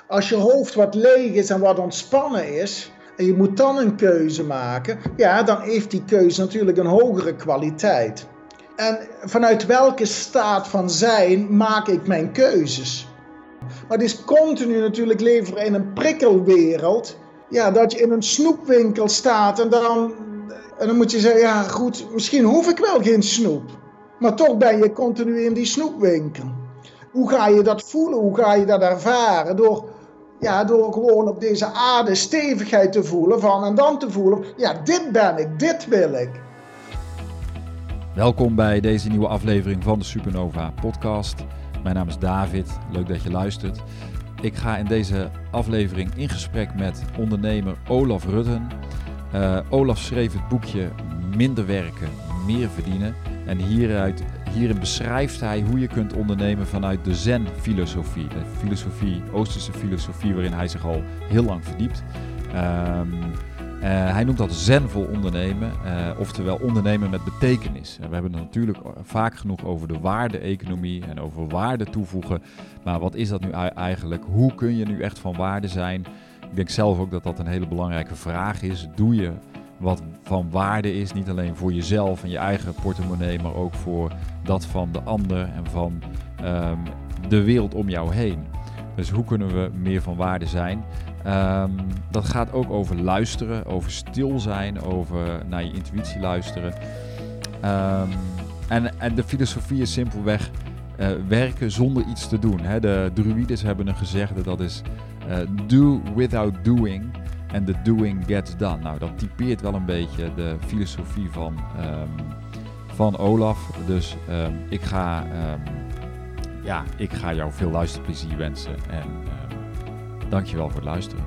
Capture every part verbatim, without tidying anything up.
Als je hoofd wat leeg is en wat ontspannen is, en je moet dan een keuze maken, ja, dan heeft die keuze natuurlijk een hogere kwaliteit. En vanuit welke staat van zijn maak ik mijn keuzes? Maar het is continu natuurlijk leven in een prikkelwereld. Ja, dat je in een snoepwinkel staat en dan, en dan moet je zeggen, ja goed, misschien hoef ik wel geen snoep. Maar toch ben je continu in die snoepwinkel. Hoe ga je dat voelen? Hoe ga je dat ervaren? Door, ja, door gewoon op deze aarde stevigheid te voelen van en dan te voelen, ja, dit ben ik, dit wil ik. Welkom bij deze nieuwe aflevering van de Supernova podcast. Mijn naam is David, leuk dat je luistert. Ik ga in deze aflevering in gesprek met ondernemer Olaf Rutten. Uh, Olaf schreef het boekje Minder werken, meer verdienen. En hieruit, hierin beschrijft hij hoe je kunt ondernemen vanuit de Zen-filosofie. De filosofie, Oosterse filosofie waarin hij zich al heel lang verdiept. Um, Uh, hij noemt dat zenvol ondernemen, uh, oftewel ondernemen met betekenis. En we hebben het natuurlijk vaak genoeg over de waarde-economie en over waarde toevoegen. Maar wat is dat nu eigenlijk? Hoe kun je nu echt van waarde zijn? Ik denk zelf ook dat dat een hele belangrijke vraag is. Doe je wat van waarde is, niet alleen voor jezelf en je eigen portemonnee, maar ook voor dat van de ander en van um, de wereld om jou heen. Dus hoe kunnen we meer van waarde zijn? Um, dat gaat ook over luisteren, over stil zijn, over naar je intuïtie luisteren. Um, en, en de filosofie is simpelweg uh, werken zonder iets te doen. Hè. De druides hebben een gezegde, dat is uh, do without doing and the doing gets done. Nou, dat typeert wel een beetje de filosofie van, um, van Olaf. Dus um, ik, ga, um, ja, ik ga jou veel luisterplezier wensen en um, dankjewel voor het luisteren.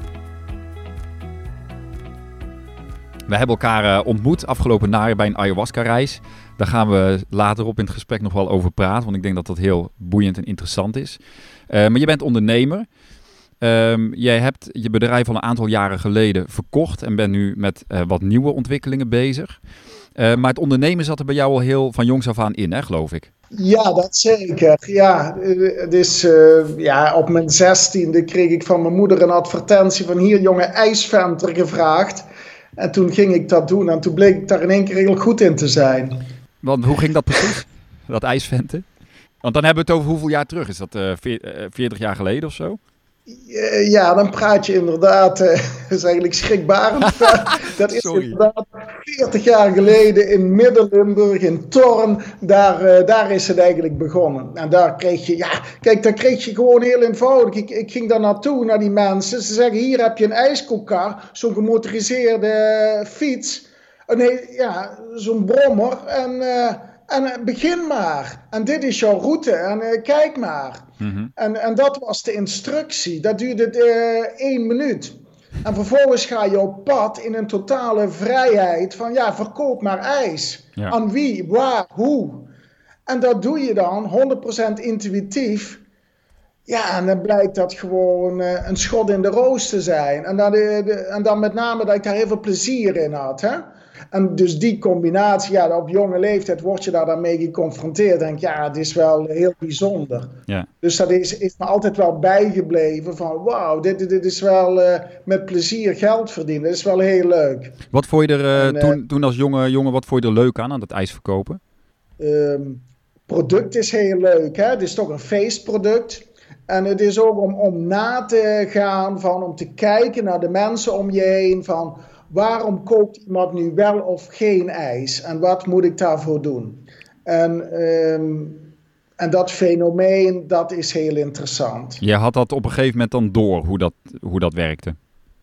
We hebben elkaar uh, ontmoet afgelopen najaar bij een ayahuasca-reis. Daar gaan we later op in het gesprek nog wel over praten, want ik denk dat dat heel boeiend en interessant is. Uh, maar je bent ondernemer. Um, jij hebt je bedrijf al een aantal jaren geleden verkocht en bent nu met uh, wat nieuwe ontwikkelingen bezig. Uh, maar het ondernemen zat er bij jou al heel van jongs af aan in, hè, geloof ik? Ja, dat zeker. Ja, het is, uh, ja, op mijn zestiende kreeg ik van mijn moeder een advertentie van hier, jonge ijsventer gevraagd. En toen ging ik dat doen en toen bleek ik daar in één keer heel goed in te zijn. Want hoe ging dat precies, dat ijsventen? Want dan hebben we het over hoeveel jaar terug? Is dat uh, veertig jaar geleden of zo? Ja, dan praat je inderdaad, uh, dat is eigenlijk schrikbarend. Dat is Sorry. inderdaad veertig jaar geleden in Midden-Limburg, in Thorn, daar, uh, daar is het eigenlijk begonnen. En daar kreeg je, ja, kijk, daar kreeg je gewoon heel eenvoudig. Ik, ik ging daar naartoe, naar die mensen. Ze zeggen, hier heb je een ijskookkar, zo'n gemotoriseerde fiets. Nee, ja, zo'n brommer en... Uh, En begin maar. En dit is jouw route. En uh, kijk maar. Mm-hmm. En, en dat was de instructie. Dat duurde uh, één minuut. En vervolgens ga je op pad in een totale vrijheid. Van ja, verkoop maar ijs. Ja. Aan wie, waar, hoe. En dat doe je dan honderd procent intuïtief. Ja, en dan blijkt dat gewoon uh, een schot in de roos te zijn. En dan, de, de, en dan met name dat ik daar heel veel plezier in had, hè. En dus die combinatie, ja, op jonge leeftijd word je daar dan mee geconfronteerd. Denk ja, het is wel heel bijzonder. Ja. Dus dat is, is me altijd wel bijgebleven van wauw, dit, dit is wel uh, met plezier geld verdienen. Dat is wel heel leuk. Wat vond je er uh, en, uh, toen, toen als jonge jongen, wat vond je er leuk aan, aan dat ijs verkopen? Um, product is heel leuk, hè. Het is toch een feestproduct. En het is ook om, om na te gaan, van, om te kijken naar de mensen om je heen van... Waarom koopt iemand nu wel of geen ijs? En wat moet ik daarvoor doen? En, um, en dat fenomeen, dat is heel interessant. Je had dat op een gegeven moment dan door, hoe dat, hoe dat werkte?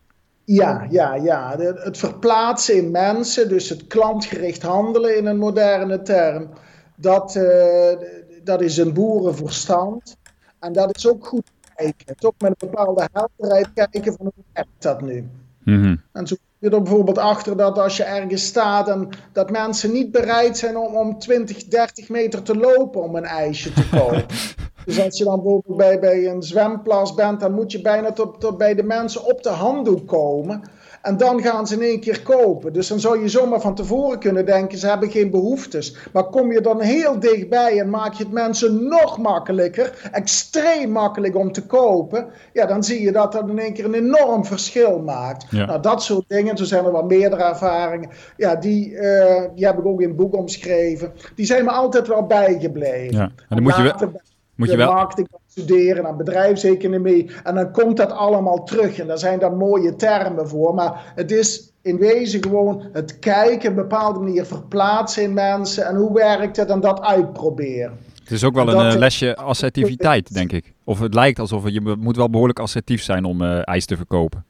Ja, ja, ja. De, het verplaatsen in mensen, dus het klantgericht handelen in een moderne term... dat, uh, dat is een boerenverstand. En dat is ook goed kijken. Toch met een bepaalde helderheid kijken van hoe werkt dat nu? Mm-hmm. En zo je er bijvoorbeeld achter dat als je ergens staat en dat mensen niet bereid zijn om, om twintig, dertig meter te lopen om een ijsje te kopen. Dus als je dan bijvoorbeeld bij, bij een zwemplas bent, dan moet je bijna tot, tot bij de mensen op de handdoek komen. En dan gaan ze in één keer kopen. Dus dan zou je zomaar van tevoren kunnen denken, ze hebben geen behoeftes. Maar kom je dan heel dichtbij en maak je het mensen nog makkelijker, extreem makkelijk om te kopen, ja, dan zie je dat dat in één keer een enorm verschil maakt. Ja. Nou, dat soort dingen, zo zijn er wel meerdere ervaringen. Ja, die, uh, die heb ik ook in het boek omschreven. Die zijn me altijd wel bijgebleven. Ja. En dan moet je wel... Moet je wel... marketing studeren en bedrijfseconomie. En dan komt dat allemaal terug. En daar zijn dan mooie termen voor. Maar het is in wezen gewoon het kijken, op een bepaalde manier verplaatsen in mensen. En hoe werkt het en dat uitproberen. Het is ook wel een uh, lesje assertiviteit, denk ik. Of het lijkt alsof je moet wel behoorlijk assertief zijn om uh, ijs te verkopen.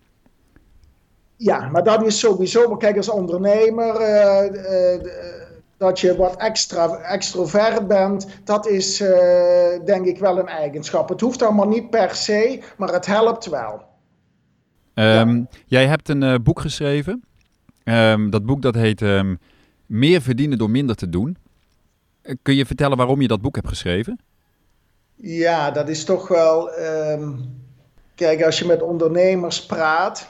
Ja, maar dat is sowieso. Kijk, als ondernemer... Uh, uh, dat je wat extra extrovert bent, dat is uh, denk ik wel een eigenschap. Het hoeft allemaal niet per se, maar het helpt wel. Um, ja. Jij hebt een uh, boek geschreven. Um, dat boek dat heet um, Meer verdienen door minder te doen. Uh, kun je vertellen waarom je dat boek hebt geschreven? Ja, dat is toch wel... Um, kijk, als je met ondernemers praat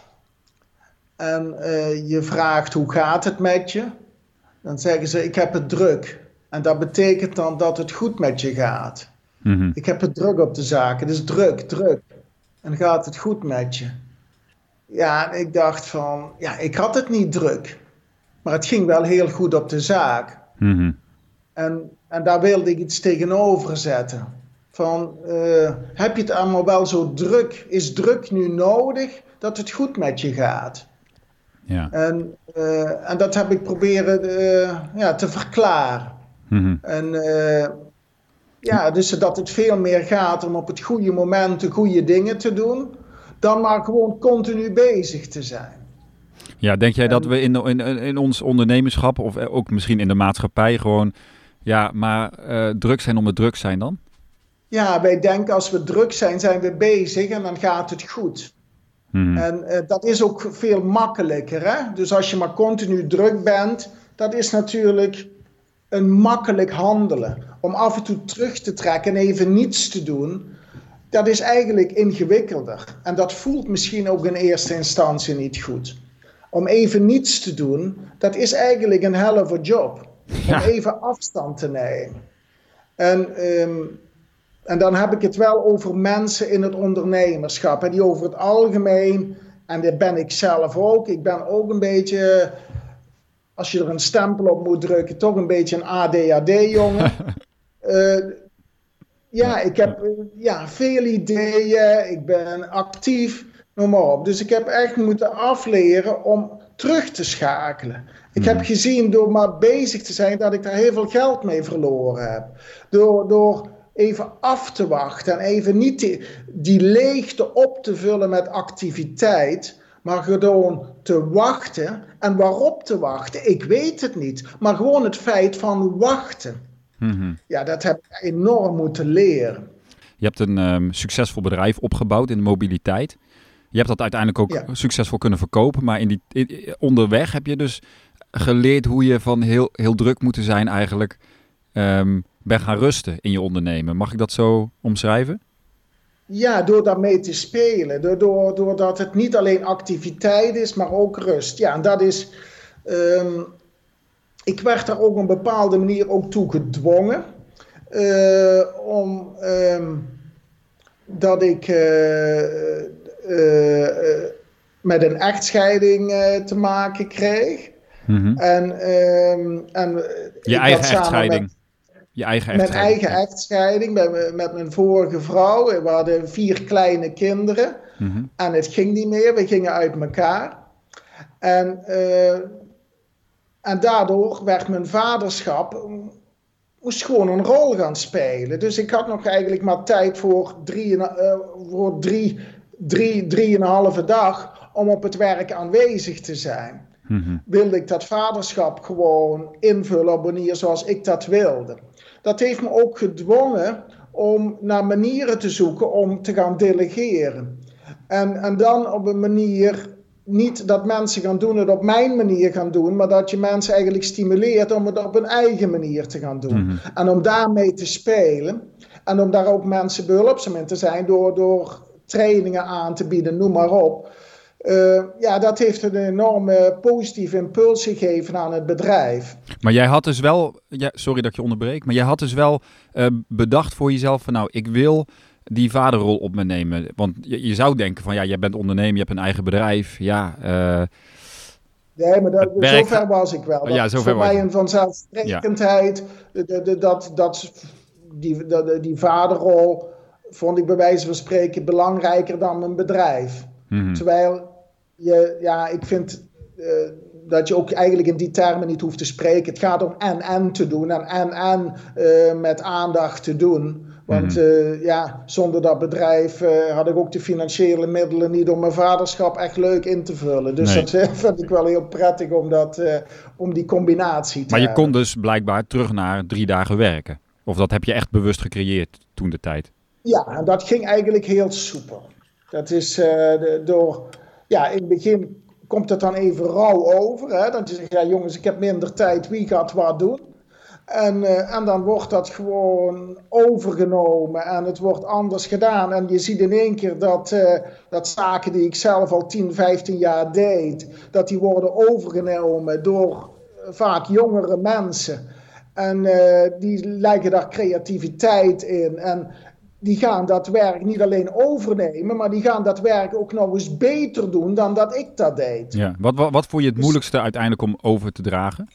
en uh, je vraagt hoe gaat het met je... Dan zeggen ze, ik heb het druk. En dat betekent dan dat het goed met je gaat. Mm-hmm. Ik heb het druk op de zaken. Dus druk, druk. En gaat het goed met je? Ja, en ik dacht van, ja, ik had het niet druk. Maar het ging wel heel goed op de zaak. Mm-hmm. En, en daar wilde ik iets tegenover zetten. Van, uh, heb je het allemaal wel zo druk? Is druk nu nodig dat het goed met je gaat? Ja. En, uh, en dat heb ik proberen uh, ja, te verklaren. Mm-hmm. En uh, ja, dus dat het veel meer gaat om op het goede moment de goede dingen te doen, dan maar gewoon continu bezig te zijn. Ja, denk jij en, dat we in, in, in ons ondernemerschap of ook misschien in de maatschappij gewoon, ja, maar uh, druk zijn om het druk zijn dan? Ja, wij denken als we druk zijn, zijn we bezig en dan gaat het goed. Hmm. En uh, dat is ook veel makkelijker. Hè? Dus als je maar continu druk bent, dat is natuurlijk een makkelijk handelen. Om af en toe terug te trekken en even niets te doen, dat is eigenlijk ingewikkelder. En dat voelt misschien ook in eerste instantie niet goed. Om even niets te doen, dat is eigenlijk een hell of a job. Ja. Om even afstand te nemen. En... Um, En dan heb ik het wel over mensen in het ondernemerschap. Hè, die over het algemeen, en dat ben ik zelf ook. Ik ben ook een beetje, als je er een stempel op moet drukken, toch een beetje een A D H D-jongen. uh, ja, ik heb uh, ja, veel ideeën, ik ben actief, noem maar op. Dus ik heb echt moeten afleren om terug te schakelen. Ik heb gezien door maar bezig te zijn dat ik daar heel veel geld mee verloren heb. Door... door even af te wachten en even niet die, die leegte op te vullen met activiteit, maar gewoon te wachten. En waarop te wachten? Ik weet het niet. Maar gewoon het feit van wachten. Mm-hmm. Ja, dat heb ik enorm moeten leren. Je hebt een um, succesvol bedrijf opgebouwd in de mobiliteit. Je hebt dat uiteindelijk ook ja. succesvol kunnen verkopen. Maar in die, in, onderweg heb je dus geleerd hoe je van heel, heel druk moeten zijn eigenlijk... Um, ben gaan rusten in je ondernemen. Mag ik dat zo omschrijven? Ja, door daarmee te spelen. Doordat, doordat het niet alleen activiteit is, maar ook rust. Ja, en dat is... Um, ik werd daar ook op een bepaalde manier ook toe gedwongen. Uh, om... Um, dat ik... Uh, uh, uh, met een echtscheiding uh, te maken kreeg. Mm-hmm. En, um, en... Je eigen echtscheiding. Met, Je eigen mijn eigen echtscheiding met, met mijn vorige vrouw. We hadden vier kleine kinderen. Mm-hmm. En het ging niet meer. We gingen uit elkaar. En, uh, en daardoor werd mijn vaderschap... moest gewoon een rol gaan spelen. Dus ik had nog eigenlijk maar tijd voor drie, uh, voor drie, drie, drie en een halve dag... om op het werk aanwezig te zijn. Mm-hmm. Wilde ik dat vaderschap gewoon invullen op manier zoals ik dat wilde. Dat heeft me ook gedwongen om naar manieren te zoeken om te gaan delegeren. En, en dan op een manier, niet dat mensen gaan doen het op mijn manier gaan doen, maar dat je mensen eigenlijk stimuleert om het op hun eigen manier te gaan doen. Mm-hmm. En om daarmee te spelen. En om daar ook mensen behulpzaam in te zijn door, door trainingen aan te bieden, noem maar op. Uh, ja, dat heeft een enorme positieve impuls gegeven aan het bedrijf. Maar jij had dus wel, ja, sorry dat ik je onderbreek, maar jij had dus wel uh, bedacht voor jezelf van nou, ik wil die vaderrol op me nemen. Want je, je zou denken van ja, jij bent ondernemer, je hebt een eigen bedrijf, ja... Uh, Nee, maar dat, zover was ik wel. Dat ja, is voor mij een vanzelfsprekendheid. Ja. De, de, dat, dat, die, de, die vaderrol vond ik bij wijze van spreken belangrijker dan mijn bedrijf. Mm-hmm. Terwijl je, ja, ik vind uh, dat je ook eigenlijk in die termen niet hoeft te spreken. Het gaat om en-en te doen en en-en uh, met aandacht te doen. Want uh, ja, zonder dat bedrijf uh, had ik ook de financiële middelen niet om mijn vaderschap echt leuk in te vullen. Dus nee. dat uh, vind ik wel heel prettig om, dat, uh, om die combinatie te Maar je hebben. kon dus blijkbaar terug naar drie dagen werken. Of dat heb je echt bewust gecreëerd toen de tijd? Ja, en dat ging eigenlijk heel soepel. Dat is uh, de, door... Ja, in het begin komt het dan even rauw over. Hè? Dan zeg je, ja jongens, ik heb minder tijd, wie gaat wat doen? En, uh, en dan wordt dat gewoon overgenomen en het wordt anders gedaan. En je ziet in één keer dat, uh, dat zaken die ik zelf al tien, vijftien jaar deed, dat die worden overgenomen door uh, vaak jongere mensen. En uh, die leggen daar creativiteit in en die gaan dat werk niet alleen overnemen, maar die gaan dat werk ook nog eens beter doen dan dat ik dat deed. Ja. Wat, wat, wat vond je het dus moeilijkste uiteindelijk om over te dragen?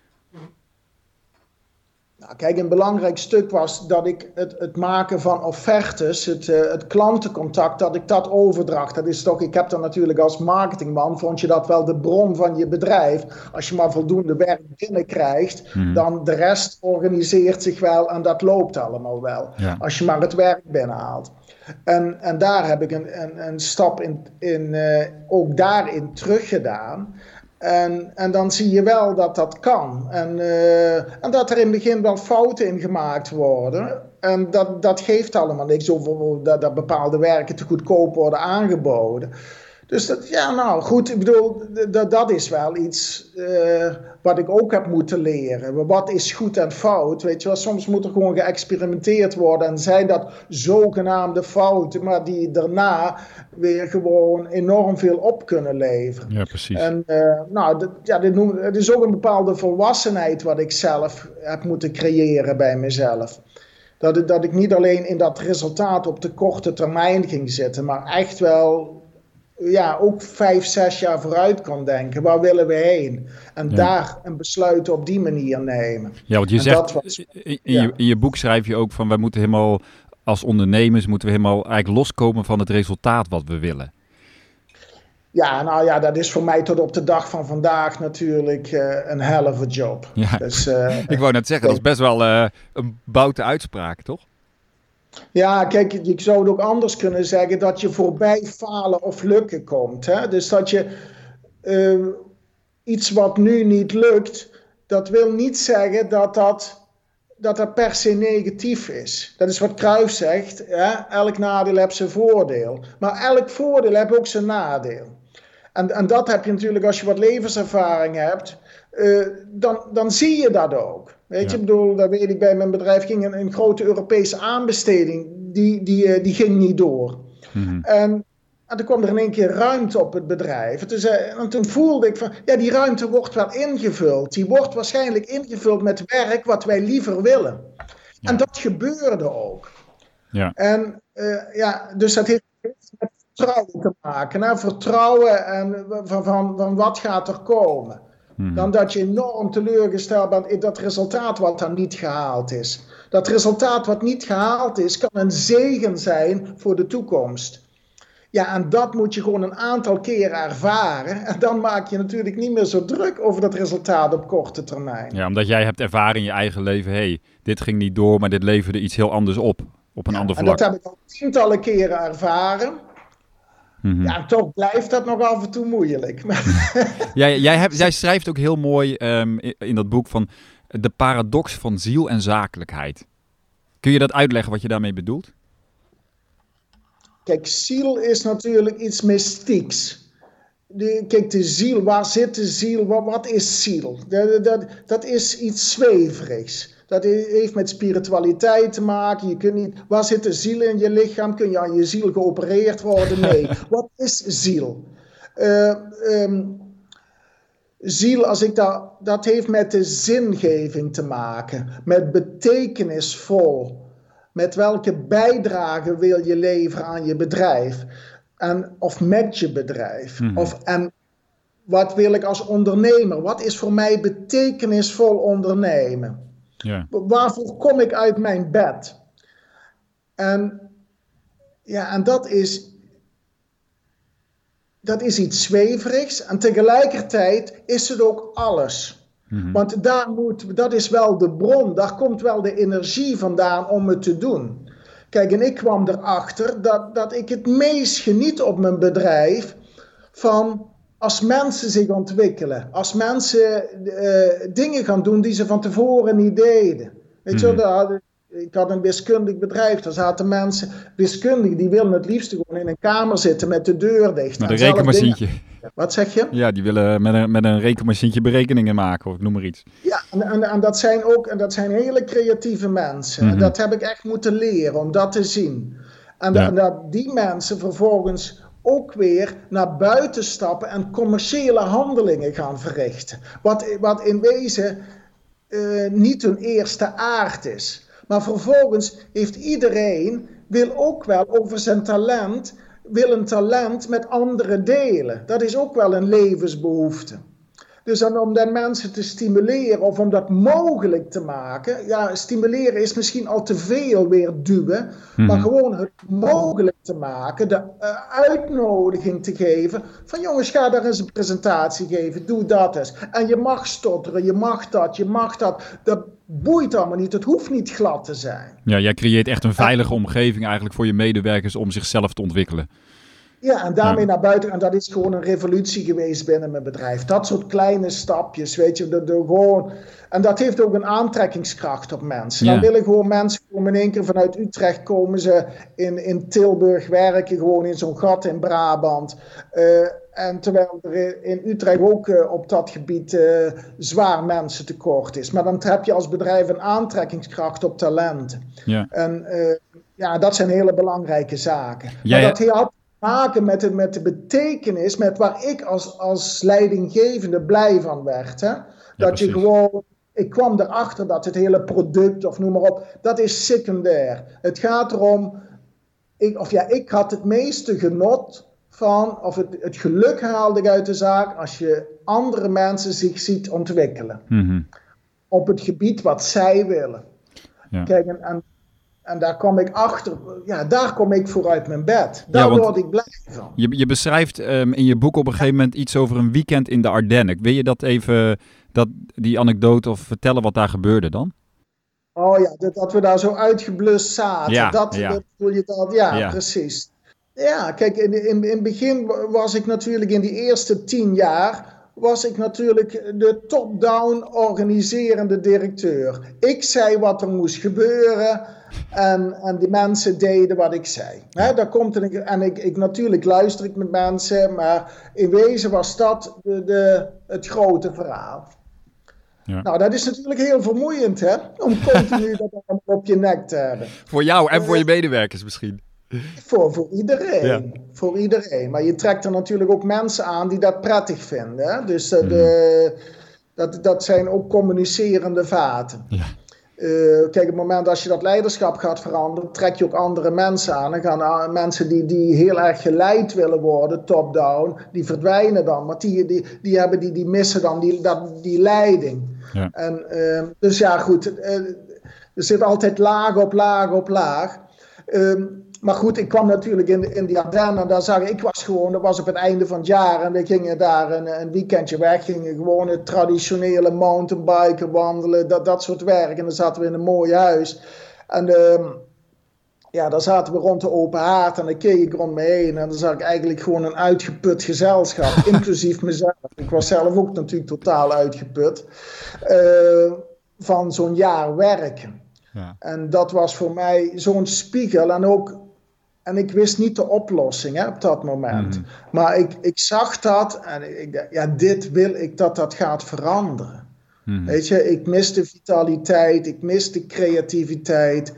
Nou, kijk, een belangrijk stuk was dat ik het, het maken van offertes, het, uh, het klantencontact, dat ik dat overdracht. Dat is toch, ik heb dan natuurlijk als marketingman, vond je dat wel de bron van je bedrijf. Als je maar voldoende werk binnenkrijgt, mm-hmm. dan de rest organiseert zich wel en dat loopt allemaal wel. Ja. Als je maar het werk binnenhaalt. En, en daar heb ik een, een, een stap in, in, uh, ook daarin teruggedaan. En, en dan zie je wel dat dat kan. En, uh, en dat er in het begin wel fouten in gemaakt worden. En dat, dat geeft allemaal niks over dat, dat bepaalde werken te goedkoop worden aangeboden. Dus dat, ja, nou goed, ik bedoel, dat, dat is wel iets uh, wat ik ook heb moeten leren. Wat is goed en fout? Weet je wel, soms moet er gewoon geëxperimenteerd worden. En zijn dat zogenaamde fouten, maar die daarna weer gewoon enorm veel op kunnen leveren. Ja, precies. En uh, nou, dat, ja, dit noem, het is ook een bepaalde volwassenheid wat ik zelf heb moeten creëren bij mezelf. Dat, dat ik niet alleen in dat resultaat op de korte termijn ging zitten, maar echt wel... ja, ook vijf, zes jaar vooruit kan denken. Waar willen we heen? En ja. daar een besluit op die manier nemen. Ja, want je en zegt, was, in, ja. je, in je boek schrijf je ook van... wij moeten helemaal, als ondernemers, moeten we helemaal eigenlijk loskomen van het resultaat wat we willen. Ja, nou ja, dat is voor mij tot op de dag van vandaag natuurlijk uh, een hell of a job. Ja. Dus, uh, ik wou net zeggen, dat is best wel uh, een boute uitspraak, toch? Ja, kijk, ik zou het ook anders kunnen zeggen dat je voorbij falen of lukken komt. Hè? Dus dat je uh, iets wat nu niet lukt, dat wil niet zeggen dat dat, dat dat per se negatief is. Dat is wat Cruyff zegt, hè? Elk nadeel heeft zijn voordeel. Maar elk voordeel heeft ook zijn nadeel. En, en dat heb je natuurlijk als je wat levenservaring hebt, uh, dan, dan zie je dat ook. Weet ja. je, ik bedoel, dat weet ik bij mijn bedrijf, ging een, een grote Europese aanbesteding, die, die, die ging niet door. Mm-hmm. En, en toen kwam er in één keer ruimte op het bedrijf. En toen, zei, en toen voelde ik van, ja, die ruimte wordt wel ingevuld. Die wordt waarschijnlijk ingevuld met werk wat wij liever willen. Ja. En dat gebeurde ook. Ja. En uh, ja, dus dat heeft met vertrouwen te maken. Hè? Vertrouwen en van, van, van wat gaat er komen. Hmm. Dan dat je enorm teleurgesteld bent in dat resultaat wat dan niet gehaald is. Dat resultaat wat niet gehaald is, kan een zegen zijn voor de toekomst. Ja, en dat moet je gewoon een aantal keren ervaren. En dan maak je natuurlijk niet meer zo druk over dat resultaat op korte termijn. Ja, omdat jij hebt ervaren in je eigen leven, hé, hey, dit ging niet door, maar dit leverde iets heel anders op. Op een ja, ander vlak. En dat heb ik al tientallen keren ervaren. Mm-hmm. Ja, toch blijft dat nog af en toe moeilijk. jij, jij, hebt, jij schrijft ook heel mooi um, in, in dat boek van de paradox van ziel en zakelijkheid. Kun je dat uitleggen wat je daarmee bedoelt? Kijk, ziel is natuurlijk iets mystieks. De, kijk, de ziel, waar zit de ziel? Wat, wat is ziel? Dat, dat, dat is iets zweverigs. Dat heeft met spiritualiteit te maken. Je kunt niet, waar zit de ziel in je lichaam? Kun je aan je ziel geopereerd worden? Nee. Wat is ziel? Uh, um, ziel, als ik dat, dat heeft met de zingeving te maken. Met betekenisvol. Met welke bijdrage wil je leveren aan je bedrijf? En, of met je bedrijf? Mm-hmm. Of, en wat wil ik als ondernemer? Wat is voor mij betekenisvol ondernemen? Ja. Waarvoor kom ik uit mijn bed? En, ja, en dat is, dat is iets zweverigs. En tegelijkertijd is het ook alles. Mm-hmm. Want daar moet, dat is wel de bron. Daar komt wel de energie vandaan om het te doen. Kijk, en ik kwam erachter dat, dat ik het meest geniet op mijn bedrijf van als mensen zich ontwikkelen. Als mensen uh, dingen gaan doen die ze van tevoren niet deden. Weet je, mm-hmm. Ik had een wiskundig bedrijf, daar zaten mensen, wiskundigen, die willen het liefst gewoon in een kamer zitten met de deur dicht. Met een rekenmachientje. Wat zeg je? Ja, die willen met een, met een rekenmachientje berekeningen maken, of ik noem maar iets. Ja, en, en, en, dat, zijn ook, en dat zijn hele creatieve mensen. Mm-hmm. En dat heb ik echt moeten leren, om dat te zien. En, ja. en dat die mensen vervolgens ook weer naar buiten stappen en commerciële handelingen gaan verrichten. Wat, wat in wezen uh, niet hun eerste aard is. Maar vervolgens heeft iedereen, wil ook wel over zijn talent, wil een talent met anderen delen. Dat is ook wel een levensbehoefte. Dus dan om dan mensen te stimuleren of om dat mogelijk te maken. Ja, stimuleren is misschien al te veel weer duwen. Mm-hmm. Maar gewoon het mogelijk te maken. De uh, uitnodiging te geven. Van jongens, ga daar eens een presentatie geven. Doe dat eens. En je mag stotteren, je mag dat, je mag dat. Dat boeit allemaal niet. Het hoeft niet glad te zijn. Ja, jij creëert echt een veilige omgeving eigenlijk voor je medewerkers om zichzelf te ontwikkelen. Ja, en daarmee ja. naar buiten. En dat is gewoon een revolutie geweest binnen mijn bedrijf. Dat soort kleine stapjes, weet je. De, de gewoon, en dat heeft ook een aantrekkingskracht op mensen. Ja. Dan willen gewoon mensen komen in één keer vanuit Utrecht, komen ze in, in Tilburg werken, gewoon in zo'n gat in Brabant. Uh, en terwijl er in Utrecht ook uh, op dat gebied uh, zwaar mensentekort is. Maar dan heb je als bedrijf een aantrekkingskracht op talenten. Ja. En uh, ja, dat zijn hele belangrijke zaken. Ja, maar ja. dat had maken met de, met de betekenis, met waar ik als, als leidinggevende blij van werd. Hè? Dat ja, je gewoon, ik kwam erachter dat het hele product, of noem maar op, dat is secundair. Het gaat erom, ik, of ja, ik had het meeste genot van, of het, het geluk haalde ik uit de zaak, als je andere mensen zich ziet ontwikkelen. Mm-hmm. Op het gebied wat zij willen. Ja. Kijk, en, en En daar kom ik achter, ja, daar kom ik voor uit mijn bed. Daar ja, word ik blij van. Je, je beschrijft um, in je boek op een gegeven moment iets over een weekend in de Ardennen. Wil je dat even, dat, die anekdote of vertellen wat daar gebeurde dan? Oh ja, dat, dat we daar zo uitgeblust zaten. Ja, dat, ja. dat voel je dat, ja, ja, precies. Ja, kijk, in het in, in begin was ik natuurlijk in die eerste tien jaar, was ik natuurlijk de top-down organiserende directeur. Ik zei wat er moest gebeuren. En, en die mensen deden wat ik zei. He, daar komt een, en ik, ik, natuurlijk luister ik met mensen, maar in wezen was dat de, de, het grote verhaal. Ja. Nou, dat is natuurlijk heel vermoeiend, hè? Om continu dat allemaal op je nek te hebben. Voor jou en voor je medewerkers misschien. Voor, voor iedereen. Ja. Voor iedereen. Maar je trekt er natuurlijk ook mensen aan die dat prettig vinden. Hè? Dus uh, de, mm. dat, dat zijn ook communicerende vaten. Ja. Uh, kijk, op het moment als je dat leiderschap gaat veranderen, trek je ook andere mensen aan. Dan gaan uh, mensen die, die heel erg geleid willen worden, top-down, die verdwijnen dan. Maar die, die, die, hebben, die, die missen dan die, dat, die leiding. Ja. En, uh, dus ja, goed. Uh, er zit altijd laag op laag op laag. Um, maar goed, ik kwam natuurlijk in, in die Ardennen en daar zag ik, ik was gewoon, dat was op het einde van het jaar en we gingen daar een, een weekendje weg, gingen gewoon het traditionele mountainbiken, wandelen, dat, dat soort werk. En dan zaten we in een mooi huis. En um, ja, daar zaten we rond de open haard en dan keek ik rond me heen en dan zag ik eigenlijk gewoon een uitgeput gezelschap, inclusief mezelf. Ik was zelf ook natuurlijk totaal uitgeput, uh, van zo'n jaar werken. Ja. En dat was voor mij zo'n spiegel en ook, en ik wist niet de oplossing hè, op dat moment. Mm. Maar ik, ik zag dat en ik dacht, ja, dit wil ik dat dat gaat veranderen. Mm-hmm. Weet je, ik miste vitaliteit, ik miste creativiteit.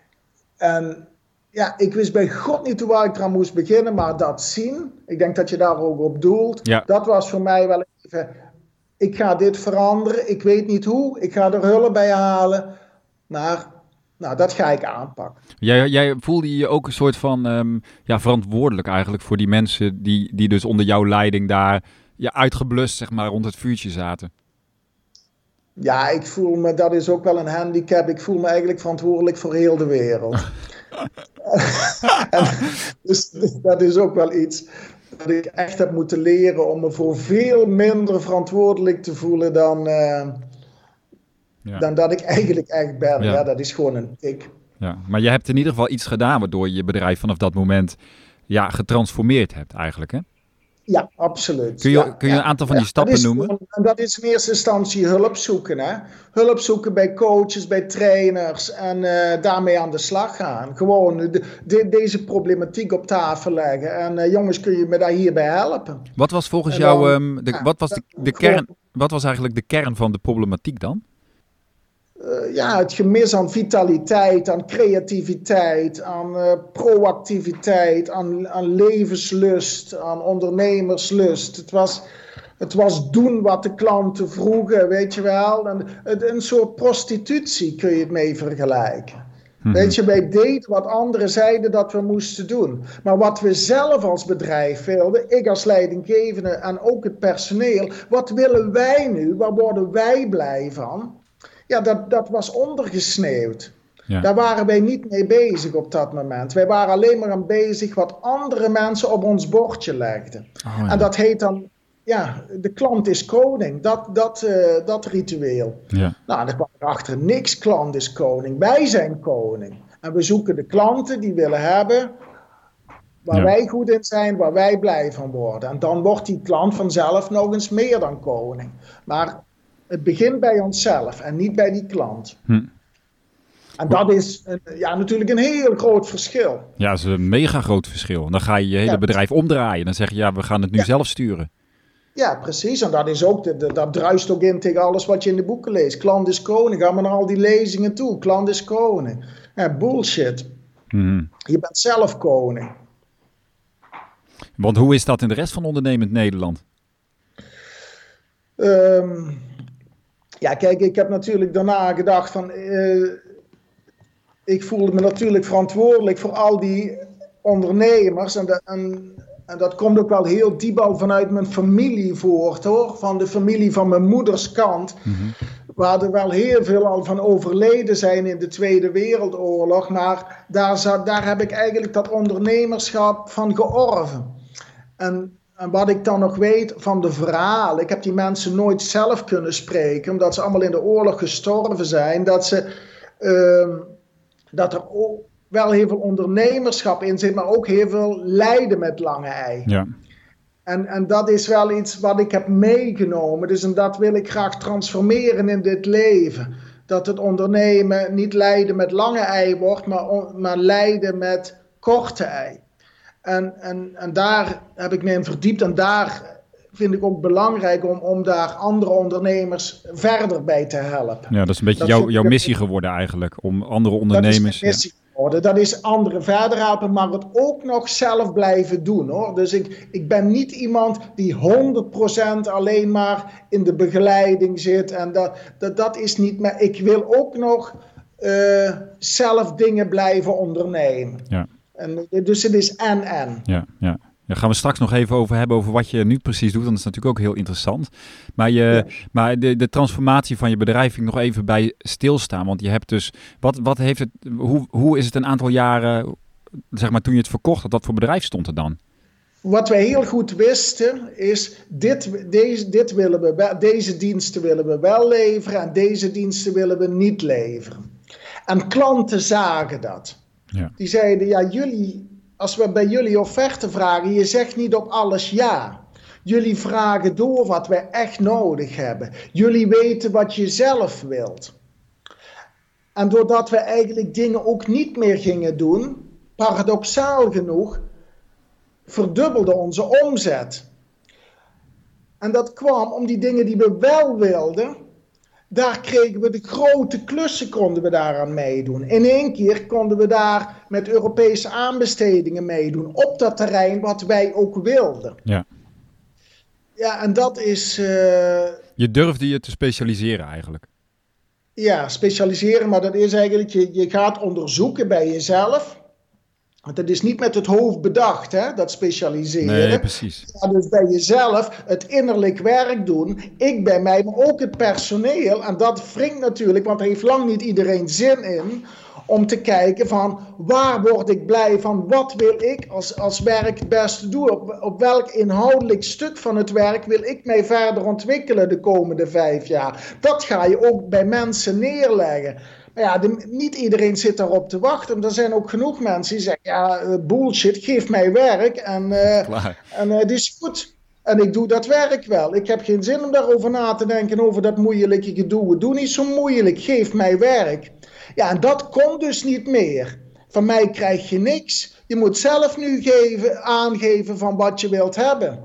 En ja, ik wist bij God niet hoe waar ik eraan moest beginnen, maar dat zien, ik denk dat je daar ook op doelt, ja. dat was voor mij wel even, ik ga dit veranderen, ik weet niet hoe, ik ga er hulp bij halen, maar nou, dat ga ik aanpakken. Jij, jij voelde je ook een soort van um, ja, verantwoordelijk eigenlijk voor die mensen die, die dus onder jouw leiding daar ja, uitgeblust zeg maar rond het vuurtje zaten? Ja, ik voel me, dat is ook wel een handicap, ik voel me eigenlijk verantwoordelijk voor heel de wereld. en, dus dat is ook wel iets dat ik echt heb moeten leren om me voor veel minder verantwoordelijk te voelen dan, uh, ja. dan dat ik eigenlijk echt ben. Ja. Ja, dat is gewoon een tik. Ja, maar je hebt in ieder geval iets gedaan waardoor je je bedrijf vanaf dat moment ja, getransformeerd hebt eigenlijk, hè? Ja, absoluut. Kun je, ja, kun je ja, een aantal van ja, die stappen noemen? Gewoon, en dat is in eerste instantie hulp zoeken. Hè? Hulp zoeken bij coaches, bij trainers en uh, daarmee aan de slag gaan. Gewoon de, de, deze problematiek op tafel leggen. En uh, jongens, kun je me daar hierbij helpen? Wat was volgens dan, jou, um, de, ja, wat, was de, de kern, wat was eigenlijk de kern van de problematiek dan? Uh, ja, het gemis aan vitaliteit, aan creativiteit, aan uh, proactiviteit, aan, aan levenslust, aan ondernemerslust. Het was, het was doen wat de klanten vroegen, weet je wel. En het, een soort prostitutie kun je het mee vergelijken. Mm-hmm. Weet je, wij deden wat anderen zeiden dat we moesten doen. Maar wat we zelf als bedrijf wilden, ik als leidinggevende en ook het personeel, wat willen wij nu? Waar worden wij blij van? Ja, dat, dat was ondergesneeuwd. Ja. Daar waren wij niet mee bezig op dat moment. Wij waren alleen maar aan bezig wat andere mensen op ons bordje legden. Oh, ja. En dat heet dan, ja, de klant is koning. Dat, dat, uh, dat ritueel. Ja. Nou, daar kwam erachter niks, klant is koning. Wij zijn koning. En we zoeken de klanten die willen hebben waar ja. wij goed in zijn, waar wij blij van worden. En dan wordt die klant vanzelf nog eens meer dan koning. Maar het begint bij onszelf en niet bij die klant. Hm. En dat is een, ja, natuurlijk een heel groot verschil. Ja, dat is een mega groot verschil. Dan ga je je hele ja. bedrijf omdraaien. Dan zeg je, ja, we gaan het nu ja. zelf sturen. Ja, precies. En dat is ook, de, de, dat druist ook in tegen alles wat je in de boeken leest. Klant is koning. Ga maar naar al die lezingen toe. Klant is koning. Ja, bullshit. Hm. Je bent zelf koning. Want hoe is dat in de rest van ondernemend Nederland? Um, Ja, kijk, ik heb natuurlijk daarna gedacht van, uh, ik voelde me natuurlijk verantwoordelijk voor al die ondernemers en, de, en, en dat komt ook wel heel diep al vanuit mijn familie voort, hoor, van de familie van mijn moeders kant, mm-hmm. waar er wel heel veel al van overleden zijn in de Tweede Wereldoorlog, maar daar, zat, daar heb ik eigenlijk dat ondernemerschap van georven. En En wat ik dan nog weet van de verhalen, ik heb die mensen nooit zelf kunnen spreken, omdat ze allemaal in de oorlog gestorven zijn, dat, ze, uh, dat er ook wel heel veel ondernemerschap in zit, maar ook heel veel lijden met lange ei. Ja. En, en dat is wel iets wat ik heb meegenomen, dus en dat wil ik graag transformeren in dit leven. Dat het ondernemen niet lijden met lange ei wordt, maar, on, maar lijden met korte ei. En, en, en daar heb ik me in verdiept en daar vind ik ook belangrijk om, om daar andere ondernemers verder bij te helpen. Ja, dat is een beetje dat jou, jouw missie geworden eigenlijk, om andere ondernemers... Dat is mijn missie ja. geworden, dat is anderen verder helpen, maar het ook nog zelf blijven doen, hoor. Dus ik, ik ben niet iemand die honderd procent alleen maar in de begeleiding zit en dat, dat, dat is niet meer... Ik wil ook nog uh, zelf dingen blijven ondernemen. Ja. En, dus het is en-en. Ja, ja. Daar gaan we straks nog even over hebben, over wat je nu precies doet. Want dat is natuurlijk ook heel interessant. Maar, je, ja. maar de, de transformatie van je bedrijf vind ik nog even bij stilstaan. Want je hebt dus, wat, wat heeft het, hoe, hoe is het een aantal jaren, zeg maar toen je het verkocht, wat voor bedrijf stond er dan? Wat wij heel goed wisten is, dit, deze, dit willen we, deze diensten willen we wel leveren en deze diensten willen we niet leveren. En klanten zagen dat. Ja. Die zeiden, ja, jullie, als we bij jullie offerte vragen, je zegt niet op alles ja. Jullie vragen door wat wij echt nodig hebben. Jullie weten wat je zelf wilt. En doordat we eigenlijk dingen ook niet meer gingen doen, paradoxaal genoeg, verdubbelde onze omzet. En dat kwam om die dingen die we wel wilden, daar kregen we de grote klussen, konden we daaraan meedoen. In één keer konden we daar met Europese aanbestedingen meedoen op dat terrein wat wij ook wilden. Ja, ja en dat is... Uh, je durfde je te specialiseren eigenlijk. Ja, specialiseren, maar dat is eigenlijk, je, je gaat onderzoeken bij jezelf. Want het is niet met het hoofd bedacht, hè, dat specialiseren. Nee, precies. Ja, dus bij jezelf het innerlijk werk doen. Ik bij mij, maar ook het personeel. En dat wringt natuurlijk, want er heeft lang niet iedereen zin in... om te kijken van, waar word ik blij van? Wat wil ik als, als werk het beste doen? Op, op welk inhoudelijk stuk van het werk wil ik mij verder ontwikkelen de komende vijf jaar? Dat ga je ook bij mensen neerleggen. Maar ja, de, niet iedereen zit daarop te wachten. Er zijn ook genoeg mensen die zeggen, ja, bullshit, geef mij werk en, uh, en uh, het is goed. En ik doe dat werk wel. Ik heb geen zin om daarover na te denken, over dat moeilijke gedoe. Doe niet zo moeilijk, geef mij werk. Ja, en dat komt dus niet meer. Van mij krijg je niks. Je moet zelf nu geven, aangeven van wat je wilt hebben.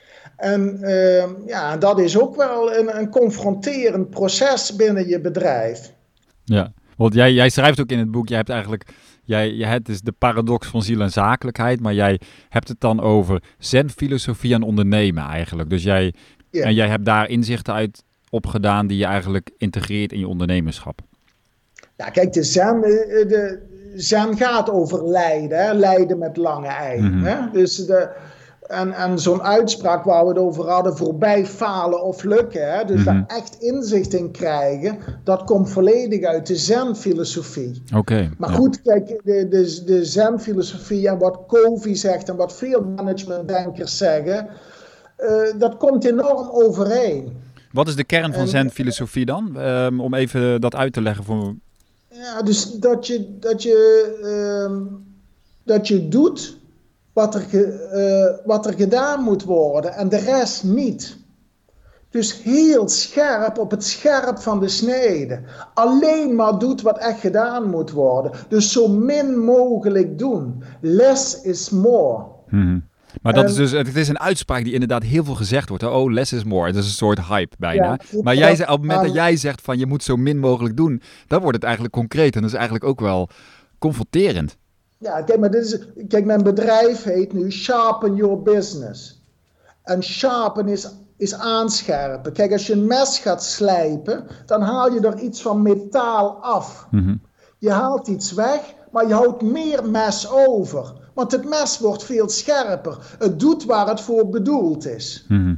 En uh, ja, dat is ook wel een, een confronterend proces binnen je bedrijf. Ja, want jij, jij schrijft ook in het boek, jij hebt eigenlijk, jij, jij, het is de paradox van ziel en zakelijkheid, maar jij hebt het dan over zen-filosofie en ondernemen eigenlijk. Dus jij, ja. En jij hebt daar inzichten uit opgedaan die je eigenlijk integreert in je ondernemerschap. Ja, kijk, de zen, de, de zen gaat over lijden, hè? Lijden met lange ei. Mm-hmm. Hè? Dus de, en, en zo'n uitspraak waar we het over hadden, voorbij falen of lukken, hè? Dus mm-hmm. daar echt inzicht in krijgen, dat komt volledig uit de zen-filosofie. Okay, maar ja. goed, kijk, de, de, de zen-filosofie en wat Covey zegt en wat veel managementdenkers zeggen, uh, dat komt enorm overeen. Wat is de kern van en, zen-filosofie dan? Um, om even dat uit te leggen voor... Ja, dus dat je, dat je, uh, dat je doet wat er, ge, uh, wat er gedaan moet worden en de rest niet. Dus heel scherp op het scherp van de snede. Alleen maar doet wat echt gedaan moet worden. Dus zo min mogelijk doen. Less is more. Mm-hmm. Maar dat is dus, het is een uitspraak die inderdaad heel veel gezegd wordt. Oh, less is more. Het is een soort hype bijna. Ja, maar jij, op het moment dat jij zegt van je moet zo min mogelijk doen, dan wordt het eigenlijk concreet. En dat is eigenlijk ook wel confronterend. Ja, kijk, maar dit is, kijk, mijn bedrijf heet nu Sharpen Your Business. En sharpen is, is aanscherpen. Kijk, als je een mes gaat slijpen, dan haal je er iets van metaal af. Mm-hmm. Je haalt iets weg, maar je houdt meer mes over. Want het mes wordt veel scherper. Het doet waar het voor bedoeld is. Mm-hmm.